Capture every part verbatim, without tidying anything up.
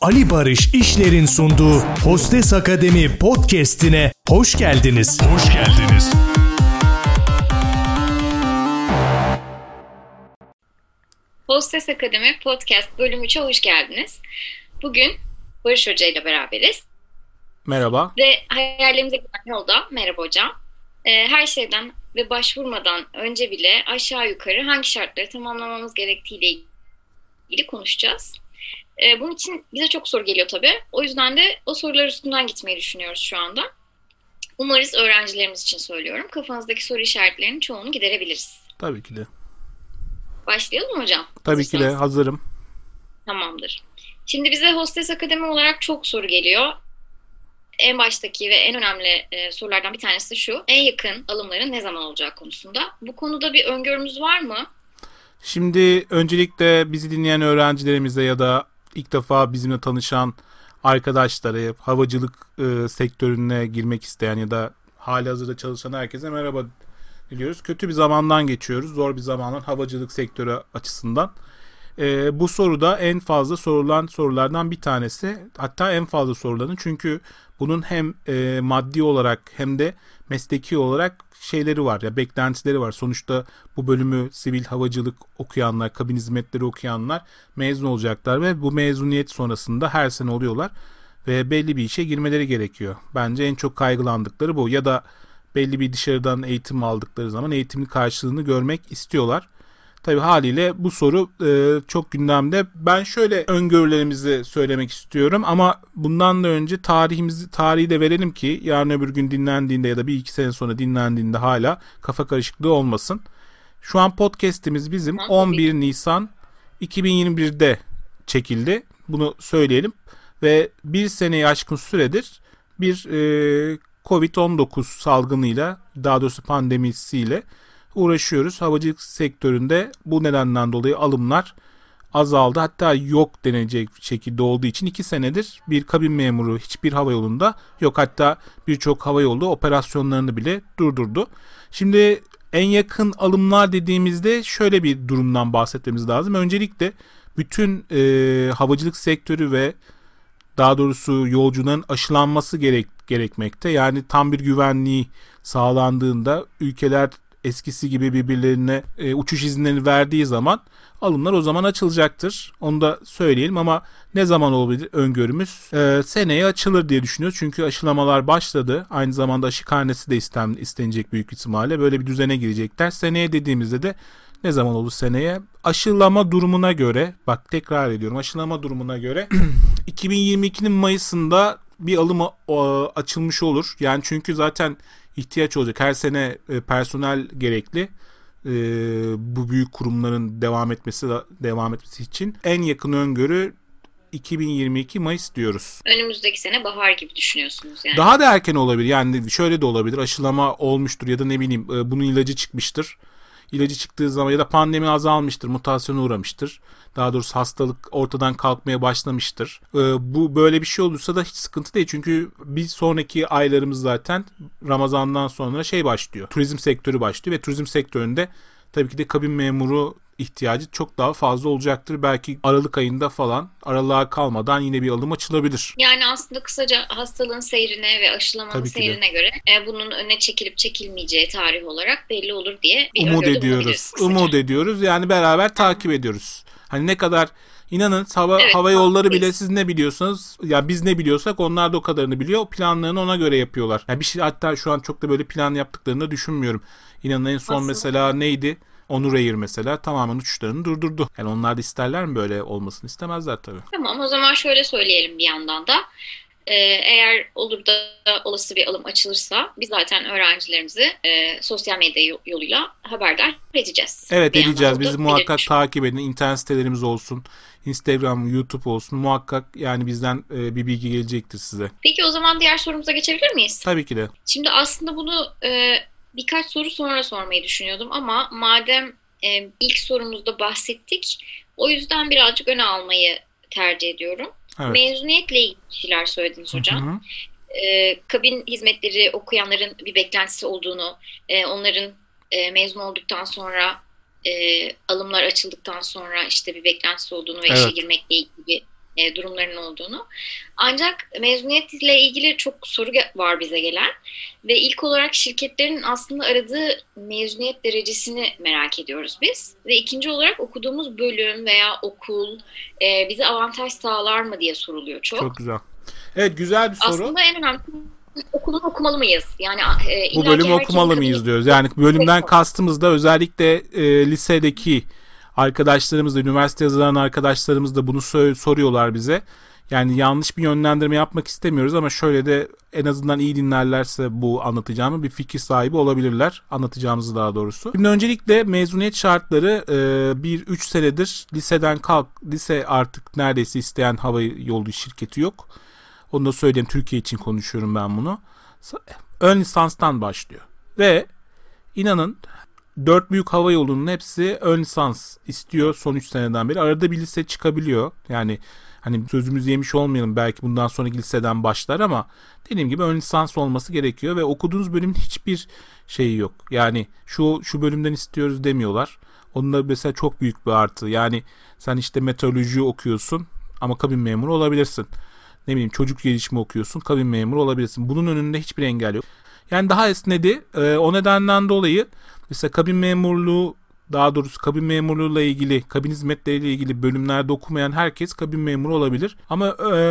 Ali Barış İşler'in sunduğu Hostes Akademi podcast'ine hoş geldiniz. Hoş geldiniz. Hostes Akademi podcast bölüm üçe hoş geldiniz. Bugün Barış Hoca ile beraberiz. Merhaba. Ve hayallerimize giden yolda, merhaba hocam. Ee, her şeyden ve başvurmadan önce bile aşağı yukarı hangi şartları tamamlamamız gerektiğiyle ilgili konuşacağız. Ee, bunun için bize çok soru geliyor tabii. O yüzden de o sorular üstünden gitmeyi düşünüyoruz şu anda. Umarız öğrencilerimiz için söylüyorum. Kafanızdaki soru işaretlerinin çoğunu giderebiliriz. Tabii ki de. Başlayalım mı hocam? Tabii Hazırsanız. ki de hazırım. Tamamdır. Şimdi bize Hostes Akademi olarak çok soru geliyor. En baştaki ve en önemli e, sorulardan bir tanesi şu. En yakın alımların ne zaman olacağı konusunda. Bu konuda bir öngörümüz var mı? Şimdi öncelikle bizi dinleyen öğrencilerimize ya da ilk defa bizimle tanışan arkadaşlara, havacılık e, sektörüne girmek isteyen ya da halihazırda çalışan herkese merhaba diliyoruz. Kötü bir zamandan geçiyoruz. Zor bir zamandan havacılık sektörü açısından. E, bu soruda en fazla sorulan sorulardan bir tanesi. Hatta en fazla sorulanın, çünkü bunun hem e, maddi olarak hem de mesleki olarak şeyleri var ya, beklentileri var. Sonuçta bu bölümü sivil havacılık okuyanlar, kabin hizmetleri okuyanlar mezun olacaklar ve bu mezuniyet sonrasında her sene oluyorlar ve belli bir işe girmeleri gerekiyor. Bence en çok kaygılandıkları bu, ya da belli bir dışarıdan eğitim aldıkları zaman eğitimin karşılığını görmek istiyorlar. Tabii haliyle bu soru e, çok gündemde. Ben şöyle öngörülerimizi söylemek istiyorum ama bundan da önce tarihimizi tarihi de verelim ki yarın öbür gün dinlendiğinde ya da bir iki sene sonra dinlendiğinde hala kafa karışıklığı olmasın. Şu an podcast'imiz bizim on bir Nisan iki bin yirmi bir'de çekildi. Bunu söyleyelim ve bir seneyi aşkın süredir bir e, covid on dokuz salgınıyla, daha doğrusu pandemisiyle uğraşıyoruz. Havacılık sektöründe bu nedenden dolayı alımlar azaldı. Hatta yok denecek şekilde olduğu için iki senedir bir kabin memuru hiçbir havayolunda yok. Hatta birçok havayolu operasyonlarını bile durdurdu. Şimdi en yakın alımlar dediğimizde şöyle bir durumdan bahsetmemiz lazım. Öncelikle bütün e, havacılık sektörü ve daha doğrusu yolcuların aşılanması gerek, gerekmekte. Yani tam bir güvenliği sağlandığında ülkeler eskisi gibi birbirlerine e, uçuş izinlerini verdiği zaman alımlar o zaman açılacaktır. Onu da söyleyelim ama ne zaman olabilir öngörümüz? E, seneye açılır diye düşünüyoruz. Çünkü aşılamalar başladı. Aynı zamanda aşı karnesi de isten, istenecek büyük ihtimalle. Böyle bir düzene girecekler. Seneye dediğimizde de ne zaman olur seneye? Aşılama durumuna göre, bak tekrar ediyorum, aşılama durumuna göre iki bin yirmi ikinin Mayıs'ında bir alım o, açılmış olur. Yani çünkü zaten ihtiyaç olacak. Her sene e, personel gerekli. E, bu büyük kurumların devam etmesi devam etmesi için en yakın öngörü iki bin yirmi iki Mayıs diyoruz. Önümüzdeki sene bahar gibi düşünüyorsunuz yani. Daha da erken olabilir. Yani şöyle de olabilir. Aşılama olmuştur ya da ne bileyim e, bunun ilacı çıkmıştır. İlacı çıktığı zaman ya da pandemi azalmıştır, mutasyona uğramıştır. Daha doğrusu hastalık ortadan kalkmaya başlamıştır. Ee, bu böyle bir şey olursa da hiç sıkıntı değil. Çünkü bir sonraki aylarımız zaten Ramazan'dan sonra şey başlıyor. Turizm sektörü başlıyor ve turizm sektöründe tabii ki de kabin memuru ihtiyacı çok daha fazla olacaktır. Belki Aralık ayında falan, aralığa kalmadan yine bir alım açılabilir. Yani aslında kısaca hastalığın seyrine ve aşılamanın seyrine göre e, bunun önüne çekilip çekilmeyeceği tarih olarak belli olur diye bir umut ediyoruz. Umut ediyoruz. Yani beraber takip ediyoruz. Hani ne kadar inanın hava evet, hava yolları haklıyız. bile siz ne biliyorsanız ya biz ne biliyorsak onlar da o kadarını biliyor. Planlarını ona göre yapıyorlar. Yani bir şey, hatta şu an çok da böyle plan yaptıklarını da düşünmüyorum. İnanın en son aslında mesela neydi? Onur Air mesela tamamen uçuşlarını durdurdu. Yani onlar da isterler mi böyle olmasını? İstemezler tabii. Tamam, o zaman şöyle söyleyelim bir yandan da. Ee, eğer olur da olası bir alım açılırsa biz zaten öğrencilerimizi e, sosyal medya yoluyla haberdar edeceğiz. Evet, bir edeceğiz. Bizi muhakkak belirtmiş. takip edin. İnternet sitelerimiz olsun. Instagram, YouTube olsun. Muhakkak yani bizden e, bir bilgi gelecektir size. Peki o zaman diğer sorumuza geçebilir miyiz? Tabii ki de. Şimdi aslında bunu e, birkaç soru sonra sormayı düşünüyordum ama madem e, ilk sorumuzda bahsettik, o yüzden birazcık öne almayı tercih ediyorum. Evet. Mezuniyetle ilgili şeyler söylediniz hocam. Hı hı. E, kabin hizmetleri okuyanların bir beklentisi olduğunu, e, onların e, mezun olduktan sonra e, alımlar açıldıktan sonra işte bir beklentisi olduğunu ve evet. işe girmekle ilgili e, durumlarının olduğunu. Ancak mezuniyetle ilgili çok soru var bize gelen ve ilk olarak şirketlerin aslında aradığı mezuniyet derecesini merak ediyoruz biz. Ve ikinci olarak okuduğumuz bölüm veya okul e, bize avantaj sağlar mı diye soruluyor çok. Çok güzel. Evet, güzel bir soru. Aslında en önemli okulunu okumalı mıyız? Yani e, bu bölümü okumalı mıyız diyoruz. Yani bölümden kastımız da özellikle e, lisedeki arkadaşlarımız da, üniversite yazılan arkadaşlarımız da bunu soruyorlar bize. Yani yanlış bir yönlendirme yapmak istemiyoruz ama şöyle de en azından iyi dinlerlerse bu anlatacağımı bir fikir sahibi olabilirler. Anlatacağımızı daha doğrusu. Şimdi öncelikle mezuniyet şartları e, bir üç senedir liseden kalk, lise artık neredeyse isteyen hava yolu şirketi yok. Onu da söyleyeyim, Türkiye için konuşuyorum ben bunu. Ön lisanstan başlıyor. Ve inanın dört büyük hava yolunun hepsi ön lisans istiyor son üç seneden beri. Arada bir lise çıkabiliyor. Yani hani sözümüzü yemiş olmayalım, belki bundan sonraki liseden başlar ama dediğim gibi ön lisans olması gerekiyor ve okuduğunuz bölümün hiçbir şeyi yok. Yani şu şu bölümden istiyoruz demiyorlar. Onun da mesela çok büyük bir artı. Yani sen işte meteoroloji okuyorsun ama kabin memuru olabilirsin. Ne bileyim çocuk gelişimi okuyorsun, kabin memuru olabilirsin. Bunun önünde hiçbir engel yok. Yani daha esnedi. Ee, o nedenden dolayı mesela kabin memurluğu, daha doğrusu kabin memurluğuyla ilgili, kabin hizmetleriyle ilgili bölümlerde okumayan herkes kabin memuru olabilir. Ama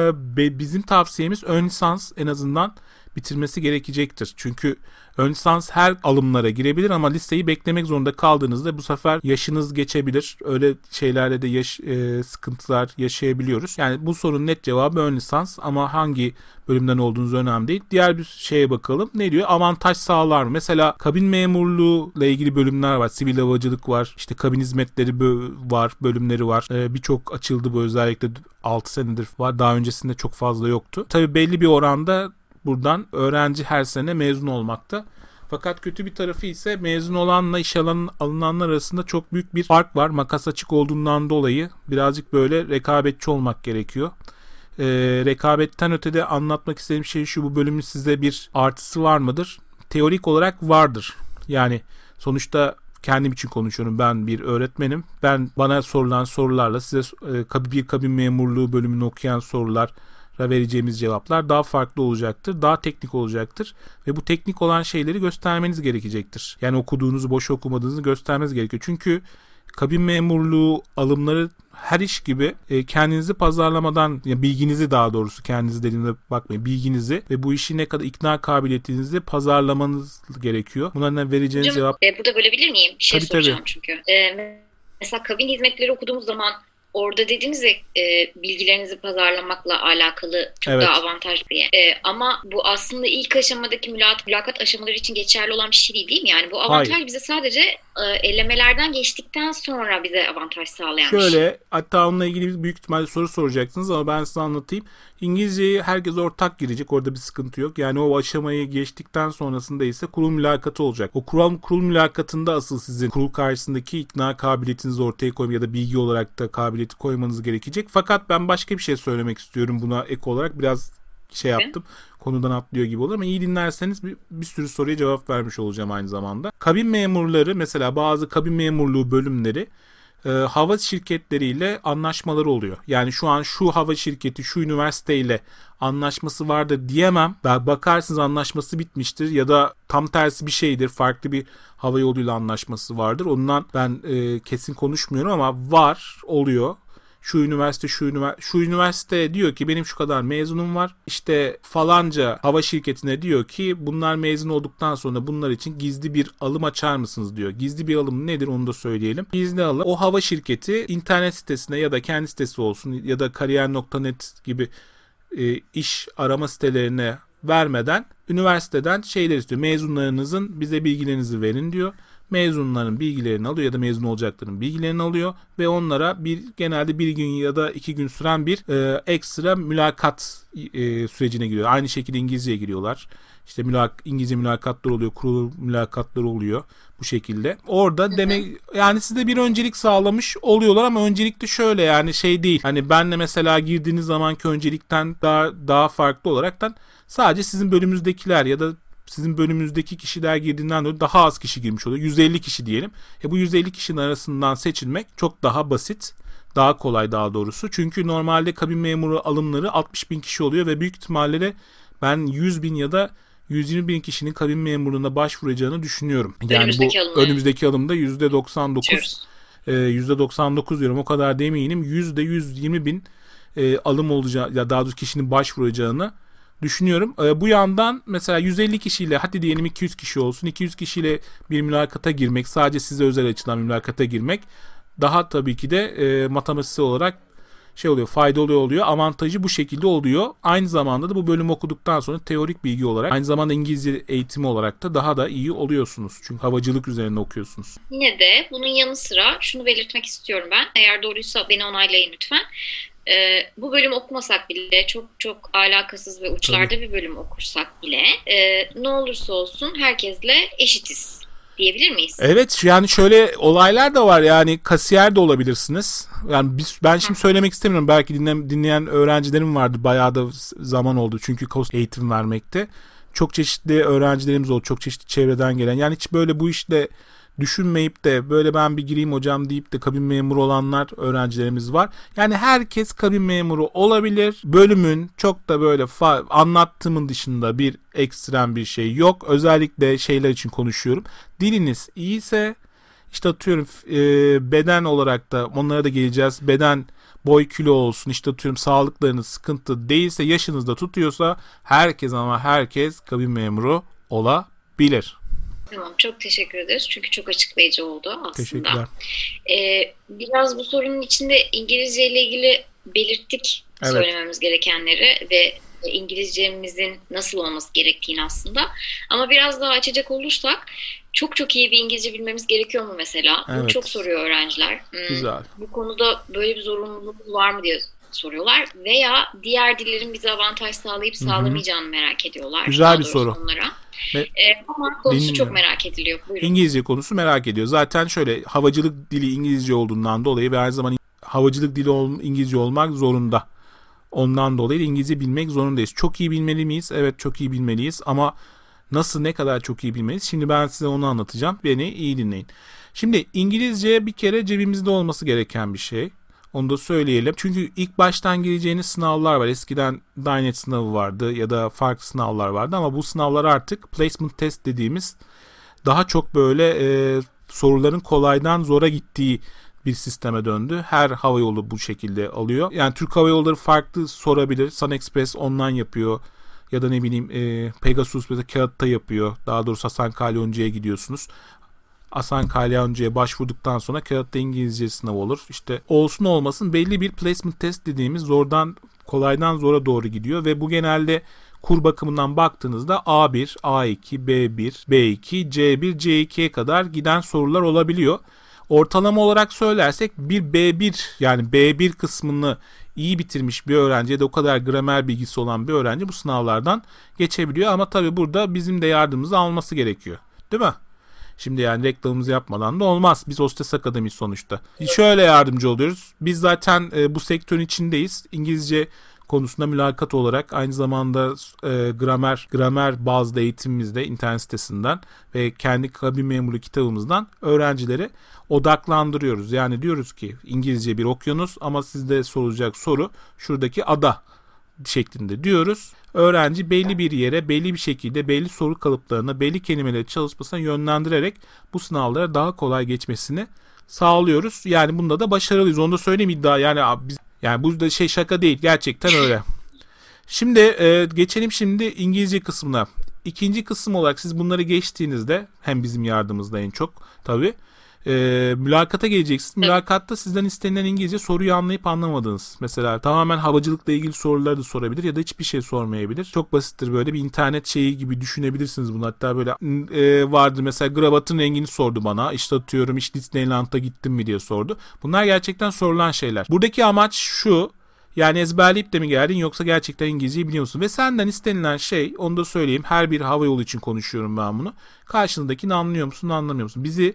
e, bizim tavsiyemiz ön lisans en azından bitirmesi gerekecektir. Çünkü ön lisans her alımlara girebilir ama liseyi beklemek zorunda kaldığınızda bu sefer yaşınız geçebilir. Öyle şeylerle de yaş, e, sıkıntılar yaşayabiliyoruz. Yani bu sorunun net cevabı ön lisans ama hangi bölümden olduğunuz önemli değil. Diğer bir şeye bakalım. Ne diyor? Avantaj sağlar mı? Mesela kabin memurluğuyla ilgili bölümler var. Sivil havacılık var. İşte kabin hizmetleri bö- var. Bölümleri var. Ee, Birçok açıldı bu, özellikle altı senedir var. Daha öncesinde çok fazla yoktu. Tabii belli bir oranda buradan öğrenci her sene mezun olmakta. Fakat kötü bir tarafı ise mezun olanla işe alınanlar arasında çok büyük bir fark var. Makas açık olduğundan dolayı birazcık böyle rekabetçi olmak gerekiyor. Ee, rekabetten ötede anlatmak istediğim şey şu: bu bölümün size bir artısı var mıdır? Teorik olarak vardır. Yani sonuçta kendim için konuşuyorum. Ben bir öğretmenim. Ben bana sorulan sorularla size e, bir kabin memurluğu bölümünü okuyan sorular vereceğimiz cevaplar daha farklı olacaktır. Daha teknik olacaktır. Ve bu teknik olan şeyleri göstermeniz gerekecektir. Yani okuduğunuzu, boş okumadığınızı göstermeniz gerekiyor. Çünkü kabin memurluğu alımları her iş gibi e, kendinizi pazarlamadan, ya bilginizi, daha doğrusu kendinizi dediğimde bakmayın, bilginizi ve bu işi ne kadar ikna kabiliyetinizi pazarlamanız gerekiyor. Buna vereceğiniz Hocam, cevap... E, burada bölebilir miyim? Bir şey tabii, soracağım tabii. çünkü. E, mesela kabin hizmetleri okuduğumuz zaman orada dediğiniz ya, e, bilgilerinizi pazarlamakla alakalı çok Evet. daha avantajlı diye. E, ama bu aslında ilk aşamadaki mülakat, mülakat aşamaları için geçerli olan bir şey değil, değil mi? Yani bu avantaj Hayır. bize sadece e, elemelerden geçtikten sonra bize avantaj sağlayan bir şey. Şöyle, hatta onunla ilgili büyük ihtimalle soru soracaksınız ama ben size anlatayım. İngilizceyi herkes ortak girecek. Orada bir sıkıntı yok. Yani o aşamayı geçtikten sonrasında ise kurul mülakatı olacak. O kurul, kurul mülakatında asıl sizin kurul karşısındaki ikna kabiliyetinizi ortaya koyma ya da bilgi olarak da kabiliyeti koymanız gerekecek. Fakat ben başka bir şey söylemek istiyorum buna ek olarak. Biraz şey yaptım. Konudan atlıyor gibi olur ama iyi dinlerseniz bir, bir sürü soruya cevap vermiş olacağım aynı zamanda. Kabin memurları, mesela bazı kabin memurluğu bölümleri e, hava şirketleriyle anlaşmaları oluyor. Yani şu an şu hava şirketi şu üniversiteyle anlaşması vardır diyemem. Bakarsınız anlaşması bitmiştir ya da tam tersi bir şeydir. Farklı bir hava yoluyla anlaşması vardır. Ondan ben e, kesin konuşmuyorum ama var, oluyor. Şu üniversite şu üniversite şu üniversite diyor ki benim şu kadar mezunum var. İşte falanca hava şirketine diyor ki bunlar mezun olduktan sonra bunlar için gizli bir alım açar mısınız diyor. Gizli bir alım nedir onu da söyleyelim. Gizli alım, o hava şirketi internet sitesine ya da kendi sitesi olsun ya da kariyer nokta net gibi e, iş arama sitelerine vermeden üniversiteden şeyler istiyor. Mezunlarınızın bize bilgilerinizi verin diyor. Mezunların bilgilerini alıyor ya da mezun olacakların bilgilerini alıyor ve onlara bir genelde bir gün ya da iki gün süren bir e, ekstra mülakat e, sürecine giriyor. Aynı şekilde İngilizceye giriyorlar. İşte mülak İngilizce mülakatlar oluyor, kurul mülakatları oluyor bu şekilde. Orada demek yani size bir öncelik sağlamış oluyorlar ama öncelik de şöyle, yani şey değil. Hani benle mesela girdiğiniz zamanki öncelikten daha daha farklı olaraktan sadece sizin bölümünüzdekiler ya da sizin bölümünüzdeki kişiler girdiğinden dolayı daha az kişi girmiş oluyor. yüz elli kişi diyelim. E bu yüz elli kişinin arasından seçilmek çok daha basit. Daha kolay daha doğrusu. Çünkü normalde kabin memuru alımları altmış bin kişi oluyor ve büyük ihtimalle de ben yüz bin ya da yüz yirmi bin kişinin kabin memurluğuna başvuracağını düşünüyorum. Yani önümüzdeki bu alımda. önümüzdeki alımda yüzde doksan dokuz e, yüzde doksan dokuz diyorum, o kadar da eminim. yüzde yüz yirmi bin e, alım olacağı ya daha doğrusu kişinin başvuracağını düşünüyorum. E, bu yandan mesela yüz elli kişiyle, hadi diyelim iki yüz kişi olsun, iki yüz kişiyle bir mülakata girmek, sadece size özel açılan mülakata girmek daha tabii ki de e, matematiksel olarak şey oluyor, faydalı oluyor. Avantajı bu şekilde oluyor. Aynı zamanda da bu bölümü okuduktan sonra teorik bilgi olarak, aynı zamanda İngilizce eğitimi olarak da daha da iyi oluyorsunuz. Çünkü havacılık üzerine okuyorsunuz. Yine de bunun yanı sıra şunu belirtmek istiyorum ben. Eğer doğruysa beni onaylayın lütfen. Ee, bu bölümü okumasak bile, çok çok alakasız ve uçlarda Tabii. bir bölüm okursak bile e, ne olursa olsun herkesle eşitiz diyebilir miyiz? Evet, yani şöyle olaylar da var, yani kasiyer de olabilirsiniz. Yani biz, ben şimdi Hı. söylemek istemiyorum, belki dinle, dinleyen öğrencilerim vardı, bayağı da zaman oldu çünkü eğitim vermekte. Çok çeşitli öğrencilerimiz oldu, çok çeşitli çevreden gelen, yani hiç böyle bu işle düşünmeyip de böyle ben bir gireyim hocam deyip de kabin memuru olanlar öğrencilerimiz var. Yani herkes kabin memuru olabilir. Bölümün çok da böyle fa- anlattığımın dışında bir ekstrem bir şey yok. Özellikle şeyler için konuşuyorum. Diliniz iyiyse, işte atıyorum e, beden olarak da onlara da geleceğiz. Beden, boy, kilo olsun, işte atıyorum sağlıklarınız sıkıntı değilse, yaşınız da tutuyorsa herkes ama herkes kabin memuru olabilir. Tamam, çok teşekkür ederiz çünkü çok açıklayıcı oldu aslında. Teşekkürler. Ee, biraz bu sorunun içinde İngilizce ile ilgili belirttik evet. söylememiz gerekenleri ve İngilizcemizin nasıl olması gerektiğini aslında. Ama biraz daha açacak olursak çok çok iyi bir İngilizce bilmemiz gerekiyor mu mesela? Evet. Bunu çok soruyor öğrenciler. Hmm, Güzel. Bu konuda böyle bir zorunluluk var mı diye soruyorlar veya diğer dillerin bize avantaj sağlayıp sağlamayacağını merak ediyorlar. Güzel bir soru. Onlara. Ve, ee, ama konusu dinliyorum. Çok merak ediliyor. Buyurun. İngilizce konusu merak ediyor. Zaten şöyle, havacılık dili İngilizce olduğundan dolayı ve her zaman havacılık dili ol, İngilizce olmak zorunda. Ondan dolayı İngilizce bilmek zorundayız. Çok iyi bilmeli miyiz? Evet, çok iyi bilmeliyiz ama nasıl, ne kadar çok iyi bilmeliyiz? Şimdi ben size onu anlatacağım. Beni iyi dinleyin. Şimdi İngilizce bir kere cebimizde olması gereken bir şey. Onu da söyleyelim. Çünkü ilk baştan gireceğiniz sınavlar var. Eskiden Dynet sınavı vardı ya da farklı sınavlar vardı ama bu sınavlar artık placement test dediğimiz daha çok böyle e, soruların kolaydan zora gittiği bir sisteme döndü. Her havayolu bu şekilde alıyor. Yani Türk Hava Yolları farklı sorabilir. Sun Express online yapıyor. Ya da ne bileyim e, Pegasus mesela kağıtta yapıyor. Daha doğrusu Hasan Kalyoncu'ya gidiyorsunuz. Hasan Kalyoncu'ya başvurduktan sonra kağıtta İngilizce sınavı olur. İşte olsun olmasın belli bir placement test dediğimiz zordan kolaydan zora doğru gidiyor ve bu genelde kur bakımından baktığınızda A bir, A iki, B bir, B iki, C bir, C ikiye kadar giden sorular olabiliyor. Ortalama olarak söylersek bir B bir, yani B bir kısmını iyi bitirmiş bir öğrenci ya da o kadar gramer bilgisi olan bir öğrenci bu sınavlardan geçebiliyor. Ama tabii burada bizim de yardımımızı alması gerekiyor. Değil mi? Şimdi yani reklamımızı yapmadan da olmaz. Biz Hostes Akademisi sonuçta. Şöyle yardımcı oluyoruz. Biz zaten e, bu sektörün içindeyiz. İngilizce konusunda mülakat olarak aynı zamanda e, gramer gramer bazlı eğitimimizde internet sitesinden ve kendi kabin memuru kitabımızdan öğrencileri odaklandırıyoruz. Yani diyoruz ki İngilizce bir okyanus ama sizde sorulacak soru şuradaki ada şeklinde diyoruz. Öğrenci belli bir yere, belli bir şekilde belli soru kalıplarına, belli kelimeleri çalışmasına yönlendirerek bu sınavlara daha kolay geçmesini sağlıyoruz. Yani bunda da başarılıyız. Onu da söyleyeyim, iddia. Yani abi biz, yani bu da şey şaka değil. Gerçekten öyle. Şimdi e, geçelim şimdi İngilizce kısmına. İkinci kısım olarak siz bunları geçtiğinizde hem bizim yardımımızda en çok tabii E, mülakata geleceksiniz. Mülakatta sizden istenilen İngilizce soruyu anlayıp anlamadınız. Mesela tamamen havacılıkla ilgili soruları da sorabilir ya da hiçbir şey sormayabilir. Çok basittir, böyle bir internet şeyi gibi düşünebilirsiniz bunu. Hatta böyle e, vardı mesela, kravatın rengini sordu bana. İşte atıyorum hiç Disneyland'a gittim mi diye sordu. Bunlar gerçekten sorulan şeyler. Buradaki amaç şu: yani ezberleyip de mi geldin yoksa gerçekten İngilizceyi biliyor musun? Ve senden istenilen şey, onu da söyleyeyim, her bir havayolu için konuşuyorum ben bunu. Karşındakini anlıyor musun, anlamıyor musun? Bizi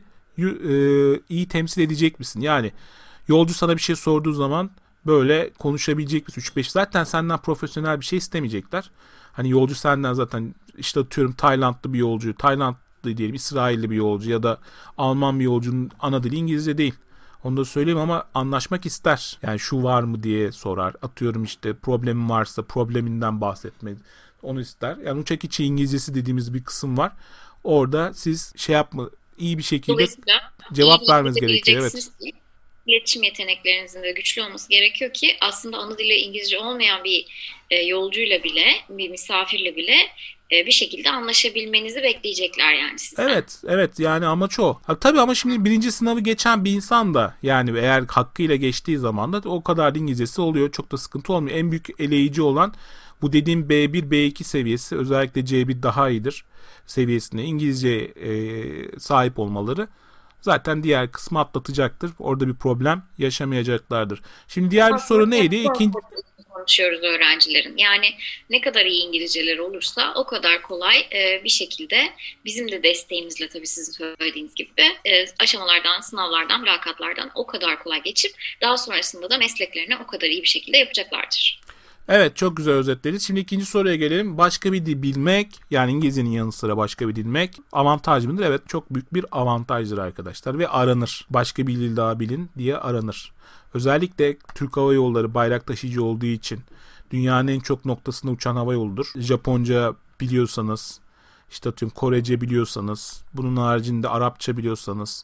iyi temsil edecek misin? Yani yolcu sana bir şey sorduğu zaman böyle konuşabilecek misin? üç beş zaten senden profesyonel bir şey istemeyecekler. Hani yolcu senden zaten işte atıyorum Taylandlı bir yolcu, Taylandlı diyelim, İsrailli bir yolcu ya da Alman bir yolcunun ana dili İngilizce değil. Onu da söyleyeyim ama anlaşmak ister. Yani şu var mı diye sorar. Atıyorum işte problemin varsa probleminden bahsetmek onu ister. Yani uçak içi İngilizcesi dediğimiz bir kısım var. Orada siz şey yapma, iyi bir şekilde cevap vermeniz gerekiyor. Evet. İletişim yeteneklerinizin de güçlü olması gerekiyor ki aslında ana dili İngilizce olmayan bir e, yolcuyla bile, bir misafirle bile e, bir şekilde anlaşabilmenizi bekleyecekler yani sizden. Evet, evet yani amaç o. Ha, tabii ama şimdi birinci sınavı geçen bir insan da yani eğer hakkıyla geçtiği zaman da o kadar İngilizcesi oluyor. Çok da sıkıntı olmuyor. En büyük eleyici olan bu dediğim B bir, B iki seviyesi, özellikle C bir daha iyidir seviyesine İngilizce e, sahip olmaları. Zaten diğer kısmı atlatacaktır. Orada bir problem yaşamayacaklardır. Şimdi diğer bir soru neydi? İkinci... konuşuyoruz öğrencilerin. Yani ne kadar iyi İngilizceleri olursa o kadar kolay e, bir şekilde bizim de desteğimizle tabii sizin söylediğiniz gibi e, aşamalardan, sınavlardan, mülakatlardan o kadar kolay geçip daha sonrasında da mesleklerini o kadar iyi bir şekilde yapacaklardır. Evet, çok güzel özetlediniz. Şimdi ikinci soruya gelelim. Başka bir dil bilmek, yani İngilizcenin yanı sıra başka bir dil bilmek avantaj mıdır? Evet, çok büyük bir avantajdır arkadaşlar ve aranır. Başka bir dil daha bilin diye aranır. Özellikle Türk Hava Yolları bayrak taşıyıcı olduğu için dünyanın en çok noktasında uçan hava yoludur. Japonca biliyorsanız, işte atıyorum Korece biliyorsanız, bunun haricinde Arapça biliyorsanız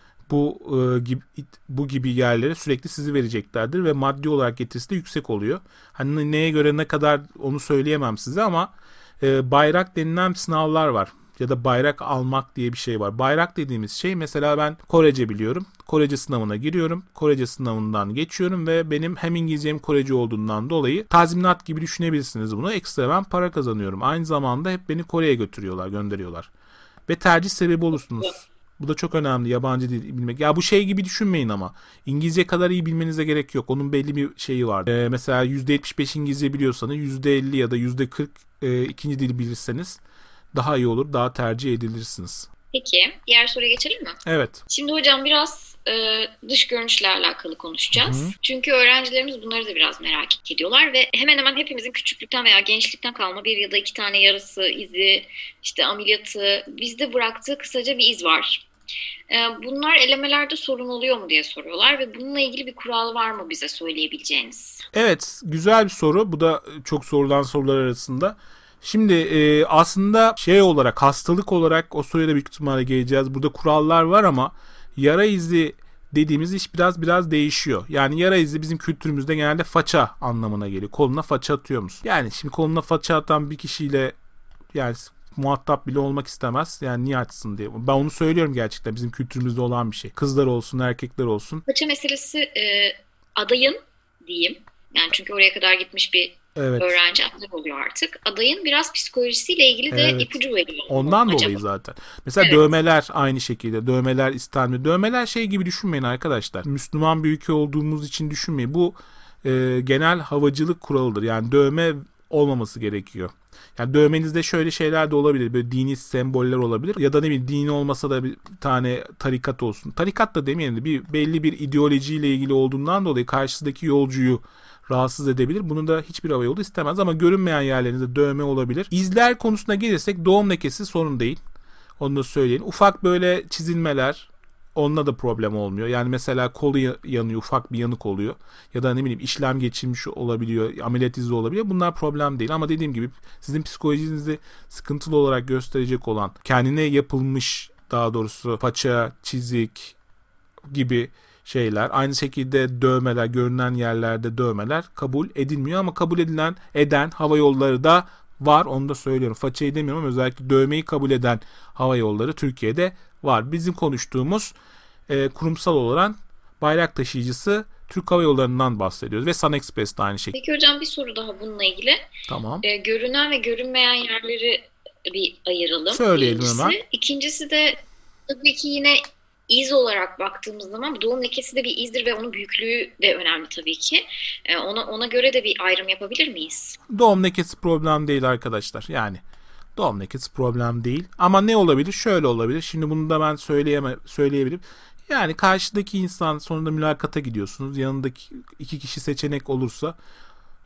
bu e, gibi bu gibi yerlere sürekli sizi vereceklerdir ve maddi olarak getirisi de yüksek oluyor. Hani neye göre ne kadar onu söyleyemem size ama e, bayrak denilen sınavlar var ya da bayrak almak diye bir şey var. Bayrak dediğimiz şey, mesela ben Korece biliyorum. Korece sınavına giriyorum. Korece sınavından geçiyorum ve benim hem İngilizce hem Korece olduğundan dolayı tazminat gibi düşünebilirsiniz bunu. Ekstra ben para kazanıyorum. Aynı zamanda hep beni Kore'ye götürüyorlar, gönderiyorlar. Ve tercih sebebi olursunuz. Bu da çok önemli, yabancı dil bilmek. Ya bu şey gibi düşünmeyin ama. İngilizce kadar iyi bilmenize gerek yok. Onun belli bir şeyi var. Ee, mesela yüzde yetmiş beş İngilizce biliyorsanız yüzde elli ya da yüzde kırk e, ikinci dil bilirseniz daha iyi olur. Daha tercih edilirsiniz. Peki, diğer soruya geçelim mi? Evet. Şimdi hocam biraz e, dış görünüşle alakalı konuşacağız. Hı-hı. Çünkü öğrencilerimiz bunları da biraz merak ediyorlar ve hemen hemen hepimizin küçüklükten veya gençlikten kalma bir ya da iki tane yarısı, izi, işte ameliyatı, bizde bıraktığı kısaca bir iz var. Bunlar elemelerde sorun oluyor mu diye soruyorlar ve bununla ilgili bir kural var mı bize söyleyebileceğiniz? Evet, güzel bir soru. Bu da çok sorulan sorular arasında. Şimdi e, aslında şey olarak, hastalık olarak o soruya da büyük ihtimalle geleceğiz. Burada kurallar var ama yara izi dediğimiz iş biraz biraz değişiyor. Yani yara izi bizim kültürümüzde genelde faça anlamına geliyor. Koluna faça atıyor musun? Yani şimdi koluna faça atan bir kişiyle yani muhatap bile olmak istemez. Yani niye açsın diye. Ben onu söylüyorum, gerçekten bizim kültürümüzde olan bir şey. Kızlar olsun, erkekler olsun. Faça meselesi e, adayın diyeyim. Yani çünkü oraya kadar gitmiş bir evet. öğrenci aday oluyor artık. Adayın biraz psikolojisiyle ilgili de evet. ipucu veriyor. Ondan acaba? Dolayı zaten. Mesela evet. dövmeler aynı şekilde. Dövmeler istenmiyor. Dövmeler şey gibi düşünmeyin arkadaşlar. Müslüman bir ülke olduğumuz için düşünmeyin. Bu e, genel havacılık kuralıdır. Yani dövme olmaması gerekiyor. Yani dövmenizde şöyle şeyler de olabilir. Böyle dini semboller olabilir. Ya da ne bileyim, dini olmasa da bir tane tarikat olsun. Tarikat da demeyelim de bir belli bir ideolojiyle ilgili olduğundan dolayı karşısındaki yolcuyu rahatsız edebilir. Bunu da hiçbir havayolu istemez ama görünmeyen yerlerinizde dövme olabilir. İzler konusuna gelirsek doğum lekesi sorun değil. Onu da söyleyin. Ufak böyle çizilmeler, onunla da problem olmuyor. Yani mesela kolu yanıyor, ufak bir yanık oluyor. Ya da ne bileyim işlem geçirmiş olabiliyor, ameliyat izi olabiliyor. Bunlar problem değil ama dediğim gibi sizin psikolojinizi sıkıntılı olarak gösterecek olan, kendine yapılmış daha doğrusu faça, çizik gibi şeyler. Aynı şekilde dövmeler, görünen yerlerde dövmeler kabul edilmiyor ama kabul edilen eden hava yolları da var. Onu da söylüyorum. Façayı demiyorum ama özellikle dövmeyi kabul eden hava yolları Türkiye'de var. Bizim konuştuğumuz e, kurumsal olarak bayrak taşıyıcısı Türk Hava Yolları'ndan bahsediyoruz ve Sun Express de aynı şekilde. Peki hocam bir soru daha bununla ilgili. Tamam. E, görünen ve görünmeyen yerleri bir ayıralım. Söyleyelim İkincisi, hemen. İkincisi de tabii ki yine iz olarak baktığımız zaman doğum lekesi de bir izdir ve onun büyüklüğü de önemli tabii ki. E, ona ona göre de bir ayrım yapabilir miyiz? Doğum lekesi problem değil arkadaşlar. Yani doğum lekesi problem değil. Ama ne olabilir? Şöyle olabilir. Şimdi bunu da ben söyleyeme, söyleyebilirim. Yani karşıdaki insan, sonunda mülakata gidiyorsunuz. Yanındaki iki kişi seçenek olursa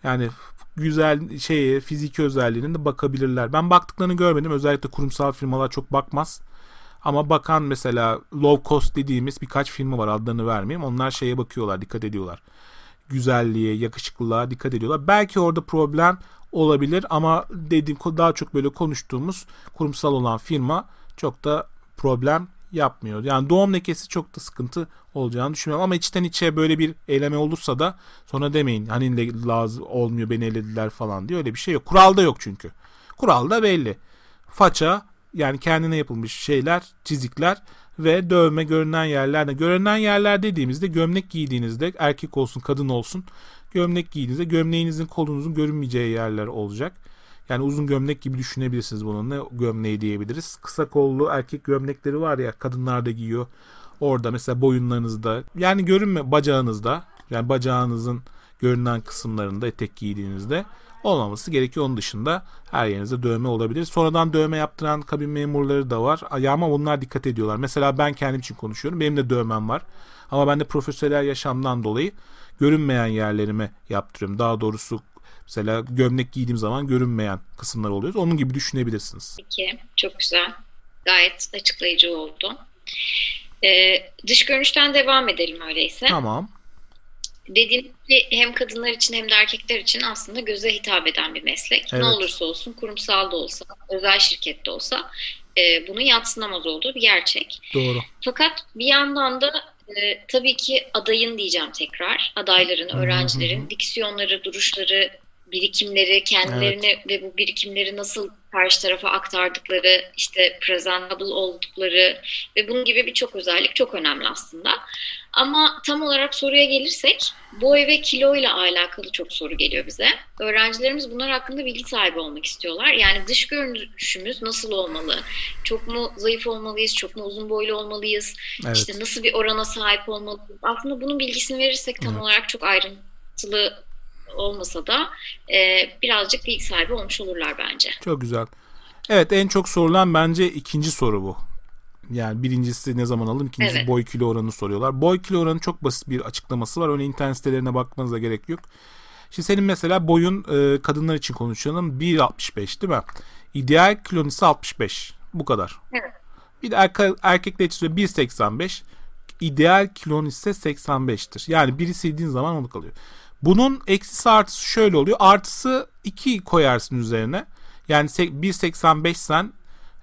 Yani güzel şeye, fiziki özelliğine de bakabilirler. Ben baktıklarını görmedim. Özellikle kurumsal firmalar çok bakmaz. Ama bakan mesela low cost dediğimiz birkaç firma var, adlarını vermeyeyim. Onlar şeye bakıyorlar, dikkat ediyorlar. Güzelliğe, yakışıklılığa dikkat ediyorlar. Belki orada problem olabilir ama dediğim daha çok böyle konuştuğumuz kurumsal olan firma çok da problem yapmıyor. Yani doğum lekesi çok da sıkıntı olacağını düşünmüyorum ama içten içe böyle bir eyleme olursa da sonra demeyin hani lazım olmuyor, beni elediler falan diye, öyle bir şey yok. Kuralda yok çünkü. Kuralda belli. Faça, yani kendine yapılmış şeyler, çizikler ve dövme görünen yerlerde. Görünen yerler dediğimizde gömlek giydiğinizde, erkek olsun kadın olsun, gömlek giydiğinizde gömleğinizin, kolunuzun görünmeyeceği yerler olacak. Yani uzun gömlek gibi düşünebilirsiniz bunu. Ne gömleği diyebiliriz? Kısa kollu erkek gömlekleri var ya, kadınlar da giyiyor. Orada mesela boyunlarınızda, yani görünme, bacağınızda, yani bacağınızın görünen kısımlarında etek giydiğinizde olmaması gerekiyor. Onun dışında her yerinizde dövme olabilir. Sonradan dövme yaptıran kabin memurları da var. Ama bunlar dikkat ediyorlar. Mesela ben kendim için konuşuyorum. Benim de dövmem var. Ama ben de profesyonel yaşamdan dolayı görünmeyen yerlerime yaptırıyorum. Daha doğrusu mesela gömlek giydiğim zaman görünmeyen kısımlar oluyor. Onun gibi düşünebilirsiniz. Peki, çok güzel. Gayet açıklayıcı oldu. Ee, dış görünüşten devam edelim öyleyse. Tamam. Dediğim gibi hem kadınlar için hem de erkekler için aslında göze hitap eden bir meslek. Evet. Ne olursa olsun, kurumsal da olsa, özel şirkette olsa e, bunun yadsınamaz olduğu bir gerçek. Doğru. Fakat bir yandan da e, tabii ki adayın diyeceğim tekrar, adayların, öğrencilerin Hı-hı. diksiyonları, duruşları, birikimleri, kendilerini evet. ve bu birikimleri nasıl karşı tarafa aktardıkları, işte presentable oldukları ve bunun gibi birçok özellik çok önemli aslında. Ama tam olarak soruya gelirsek, boy ve kilo ile alakalı çok soru geliyor bize. Öğrencilerimiz bunlar hakkında bilgi sahibi olmak istiyorlar. Yani dış görünüşümüz nasıl olmalı? Çok mu zayıf olmalıyız? Çok mu uzun boylu olmalıyız? Evet. İşte nasıl bir orana sahip olmalıyız? Aslında bunun bilgisini verirsek tam evet. olarak çok ayrıntılı olmasa da e, birazcık bilgi sahibi olmuş olurlar bence. Çok güzel. Evet, en çok sorulan bence ikinci soru bu. Yani birincisi ne zaman alın, ikincisi evet. boy kilo oranını soruyorlar. Boy kilo oranı çok basit bir açıklaması var. Öyle internet sitelerine bakmanıza gerek yok. Şimdi senin mesela boyun, e, kadınlar için konuşalım, bir altmış beş değil mi? İdeal kilon ise altmış beş. Bu kadar. Evet. Bir de erke- erkekler için bir seksen beş. İdeal kilon ise seksen beştir. Yani biri sildiğin zaman onu kalıyor. Bunun eksisi artısı şöyle oluyor. Artısı iki koyarsın üzerine. Yani bir seksen beş sen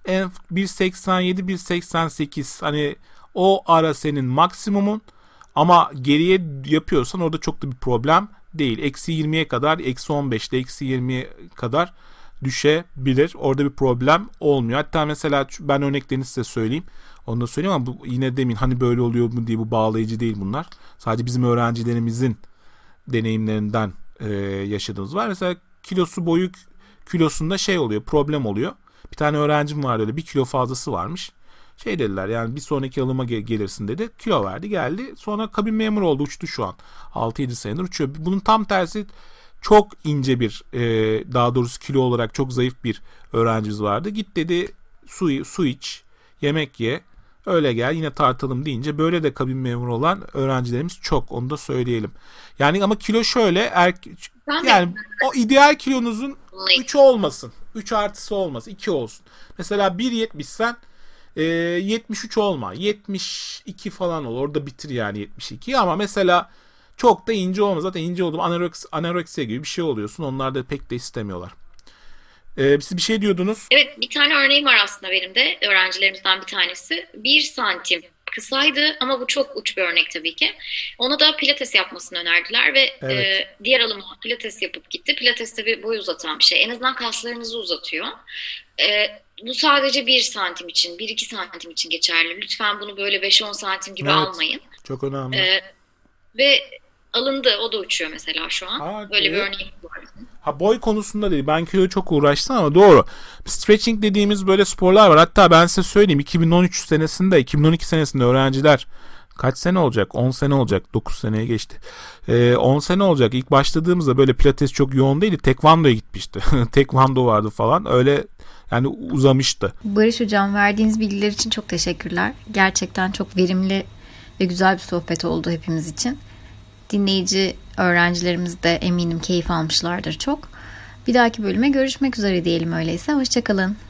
bir seksen yedi bir seksen sekiz, hani o ara senin maksimumun, ama geriye yapıyorsan orada çok da bir problem değil. Eksi yirmiye kadar, eksi on beşte eksi yirmiye kadar düşebilir. Orada bir problem olmuyor. Hatta mesela ben örneklerini size söyleyeyim. Onu da söyleyeyim ama bu, yine demin hani böyle oluyor mu diye, bu bağlayıcı değil bunlar. Sadece bizim öğrencilerimizin deneyimlerinden e, yaşadığımız var. Mesela kilosu boyu kilosunda şey oluyor, problem oluyor. Bir tane öğrencim vardı, öyle bir kilo fazlası varmış. Şey dediler, yani bir sonraki alıma gel- gelirsin dedi. Kilo verdi, geldi. Sonra kabin memuru oldu, uçtu şu an. altı yedi senedir uçuyor. Bunun tam tersi çok ince bir, e, daha doğrusu kilo olarak çok zayıf bir öğrencimiz vardı. Git dedi, su, su iç, yemek ye, öyle gel, yine tartalım deyince böyle de kabin memuru olan öğrencilerimiz çok, onu da söyleyelim. Yani ama kilo şöyle, er, yani o ideal kilonuzun üç olmasın. üç artısı olmasın, iki olsun. Mesela bir yetmiş sen e, yetmiş üç olma. yetmiş iki falan ol. Orada bitir yani yetmiş iki, ama mesela çok da ince olma. Zaten ince oldum anoreks, anoreksiye gibi bir şey oluyorsun. Onlar da pek de istemiyorlar. Ee, siz bir şey diyordunuz. Evet, bir tane örneğim var aslında benim de. Öğrencilerimizden bir tanesi. Bir santim kısaydı ama bu çok uç bir örnek tabii ki. Ona da pilates yapmasını önerdiler ve evet. e, diğer alıma pilates yapıp gitti. Pilates tabii boy uzatan bir şey. En azından kaslarınızı uzatıyor. E, bu sadece bir santim için, bir iki santim için geçerli. Lütfen bunu böyle beş on santim gibi evet. almayın. Çok önemli. E, ve alındı. O da uçuyor mesela şu an. Ha, böyle evet. bir örnek var. Ha, boy konusunda değil. Ben kiloya çok uğraştım ama doğru. Stretching dediğimiz böyle sporlar var. Hatta ben size söyleyeyim, iki bin on üç senesinde, iki bin on iki senesinde öğrenciler kaç sene olacak? on sene olacak. dokuz seneye geçti. Ee, on sene olacak. İlk başladığımızda böyle pilates çok yoğun değildi. Tekvando'ya gitmişti. Tekvando vardı falan. Öyle yani uzamıştı. Barış Hocam, verdiğiniz bilgiler için çok teşekkürler. Gerçekten çok verimli ve güzel bir sohbet oldu hepimiz için. Dinleyici öğrencilerimiz de eminim keyif almışlardır çok. Bir dahaki bölüme görüşmek üzere diyelim öyleyse. Hoşçakalın.